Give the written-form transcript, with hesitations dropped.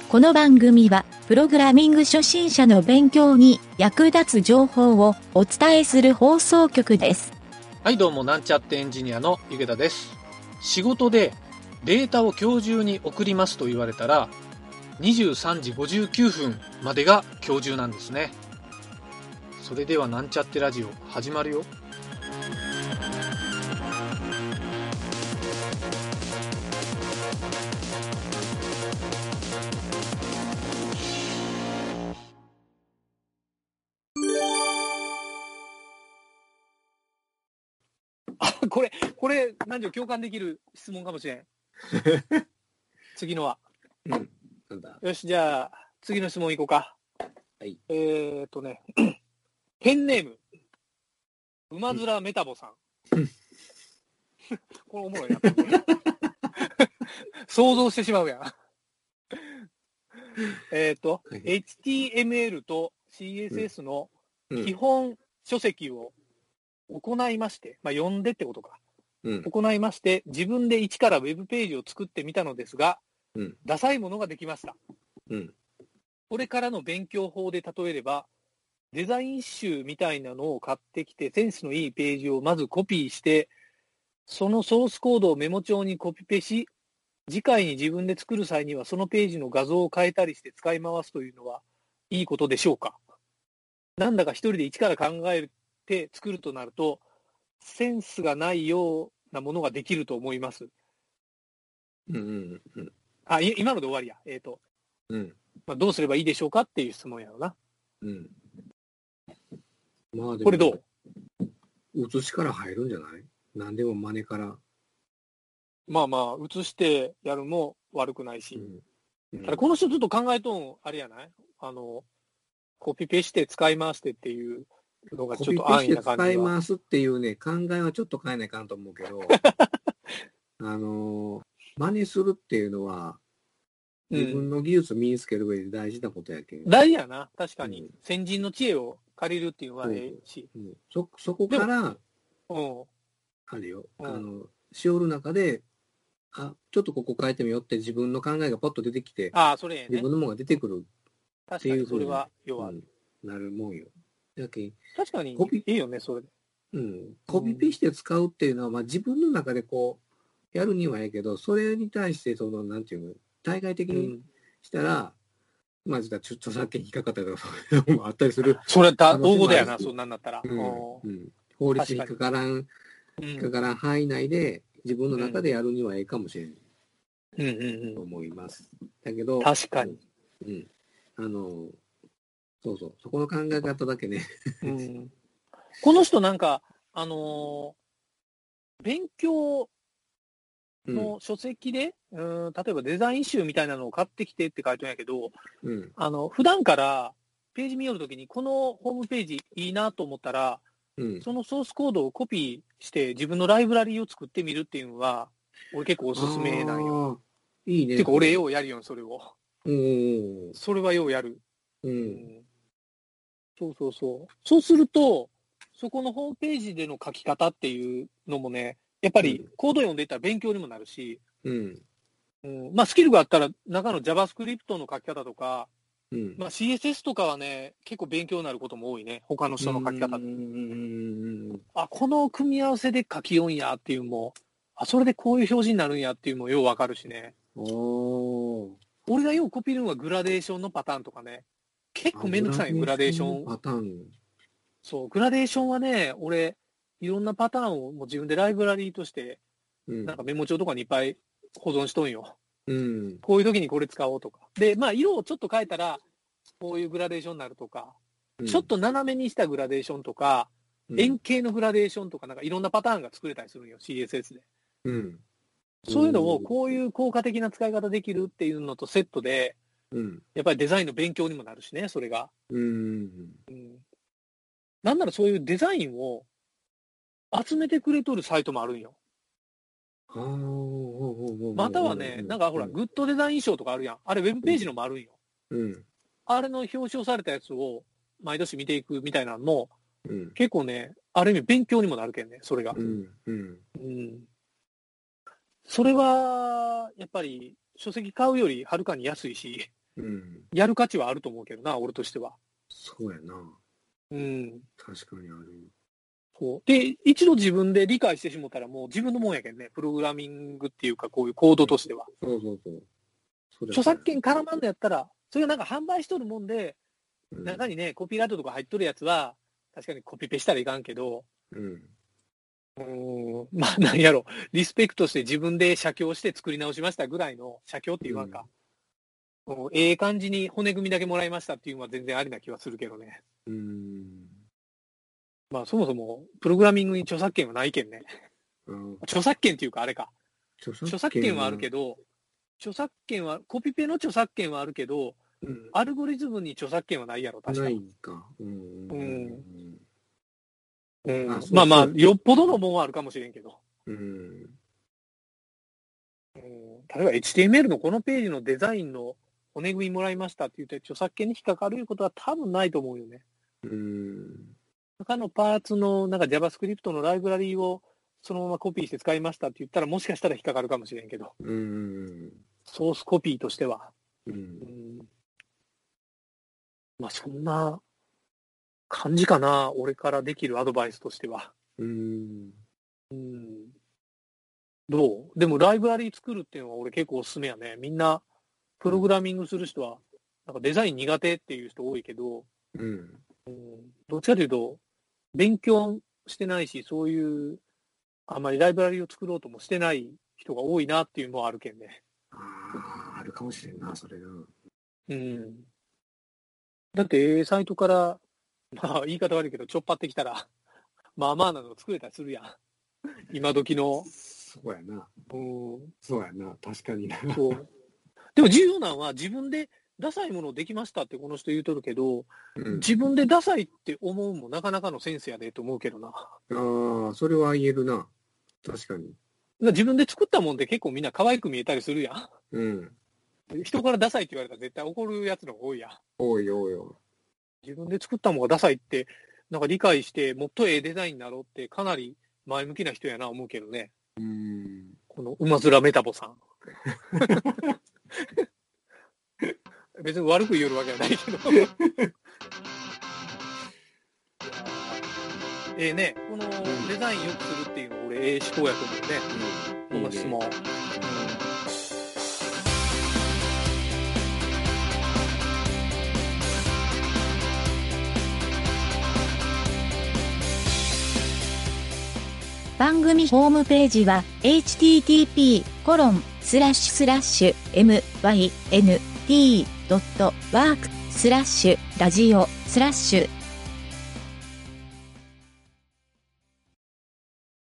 この番組は、プログラミング初心者の勉強に役立つ情報をお伝えする放送局です。 はい、どうも、なんちゃってエンジニアのゆげたです。仕事でデータを今日中に送りますと言われたら、23時59分までが今日中なんですね。それではなんちゃってラジオ始まるよ。 これ、何時共感できる質問かもしれん。次のは。 なんだ。 よし、じゃあ、次の質問いこうか。 はい。 ペンネーム、馬面メタボさん。これおもろいな。想像してしまうやん。HTML と CSS の基本書籍を行いまして、読んでってことか。行いまして、自分で一からウェブページを作ってみたのですが、ダサいものができました。これからの勉強法で例えれば、デザイン集みたいなのを買ってきて、センスのいいページをまずコピーして、そのソースコードをメモ帳にコピペし、次回に自分で作る際にはそのページの画像を変えたりして使い回すというのはいいことでしょうか。なんだか一人で一から考えて作るとなると、センスがないようなものができると思います。今ので終わりや。どうすればいいでしょうかっていう質問やろな。 まあでもこれどう？ 写しから入るんじゃない？何でも真似から。 写してやるも悪くないし。ただこの人ちょっと考えとん、あれやない？コピペして使い回してっていうのがちょっと安易な感じは。 コピペして使い回すっていうね、考えはちょっと変えないかんと思うけど、真似するっていうのは、自分の技術を身につける上で大事なことやけん。 大事やな、確かに。先人の知恵を借りるっていうのはええし。 そこから、あれよ、しおる中で、ちょっとここ変えてみようって自分の考えがパッと出てきて、 それね、 自分のものが出てくるっていうふうになるもんよ。 確かにいいよね、それで。 コピペして使うっていうのは、自分の中でこう、やるにはええけど、それに対して、なんていうの、対外的にしたら、実は著作権引っかかったりとか、そういうのもあったりする。 それ大事だよな、そんなんなったら。 法律に引っかからん範囲内で、自分の中でやるにはええかもしれないと思います。だけど、 確かに。 そう、そこの考え方だけね。 この人なんか、勉強の書籍で、例えばデザイン集みたいなのを買ってきてって書いてるんやけど、普段からページ見よるときに、このホームページいいなと思ったら、そのソースコードをコピーして自分のライブラリーを作ってみるっていうのは、俺結構おすすめなんよ。 いいね。 てか俺ようやるよ、それを。それはようやる。そうすると、そこのホームページでの書き方っていうのもね、やっぱりコード読んでいったら勉強にもなるし、スキルがあったら中の JavaScript の書き方とか、CSS とかはね、結構勉強になることも多いね、他の人の書き方で。この組み合わせで書きよんやっていうのも、それでこういう表示になるんやっていうのもようわかるしね。俺がようコピーるのはグラデーションのパターンとかね。結構めんどくさいグラデーション。 パターン。 そう、グラデーションはね、俺、いろんなパターンをもう自分でライブラリーとして、なんかメモ帳とかにいっぱい保存しとんよ。こういう時にこれ使おうとか。で、色をちょっと変えたら、こういうグラデーションになるとか、ちょっと斜めにしたグラデーションとか、円形のグラデーションとか、なんかいろんなパターンが作れたりするんよ、CSS で。そういうのを、こういう効果的な使い方できるっていうのとセットで、やっぱりデザインの勉強にもなるしね、それが。なんならそういうデザインを集めてくれとるサイトもあるんよ。またはね、なんかほら、グッドデザイン賞とかあるやん。あれ、ウェブページのもあるんよ。あれの表彰されたやつを毎年見ていくみたいなのも、結構ね、ある意味勉強にもなるけんね、それが。それは、やっぱり、書籍買うよりはるかに安いし、 やる価値はあると思うけどな、俺としては。 そうやな。確かにある。 そうで、一度自分で理解してしもったらもう自分のもんやけんね、プログラミングっていうか、こういうコードとしては。著作権絡まんのやったら、それがなんか販売しとるもんで、中にね、コピーライトとか入っとるやつは、確かにコピペしたらいかんけど、まあなんやろ、リスペクトして自分で写経して作り直しましたぐらいの、写経って言わんか。ええ感じに骨組みだけもらいましたっていうのは全然ありな気はするけどね。まあそもそもプログラミングに著作権はないけんね。著作権っていうかあれか。著作権はあるけど、著作権は、コピペの著作権はあるけど、アルゴリズムに著作権はないやろ、確か。ないか。まあまあ、よっぽどのもんはあるかもしれんけど。例えば HTML のこのページのデザインの骨組みもらいましたって言って著作権に引っかかることは多分ないと思うよね。他のパーツのなんか JavaScript のライブラリーをそのままコピーして使いましたって言ったらもしかしたら引っかかるかもしれんけど。ソースコピーとしては。まあそんな感じかな、俺からできるアドバイスとしては。どう？でもライブラリー作るっていうのは俺結構おすすめやね。みんなプログラミングする人はなんかデザイン苦手っていう人多いけど、どっちかというと勉強してないし、そういうあんまりライブラリーを作ろうともしてない人が多いなっていうのはあるけんね。 あるかもしれんな、それな。 だってサイトからまあ言い方悪いけどちょっぱってきたらまあまあなの作れたりするやん。今時の。 そうやな。そうやな。確かにな。 でも重要なのは自分でダサいものできましたってこの人言うとるけど、自分でダサいって思うもなかなかのセンスやでと思うけどな。 それは言えるな。確かに。 自分で作ったもんで結構みんな可愛く見えたりするやん。人からダサいって言われたら絶対怒るやつの方が多いやん。 多い。 自分で作ったものがダサいってなんか理解してもっとええデザインになろうってかなり前向きな人やな思うけどね。この馬面メタボさん。別に悪く言えるわけはないけど。ね、このデザイン良くするっていうの俺思考やと思うね。この質問。 番組ホームページは http://myn.t.work/ラジオ/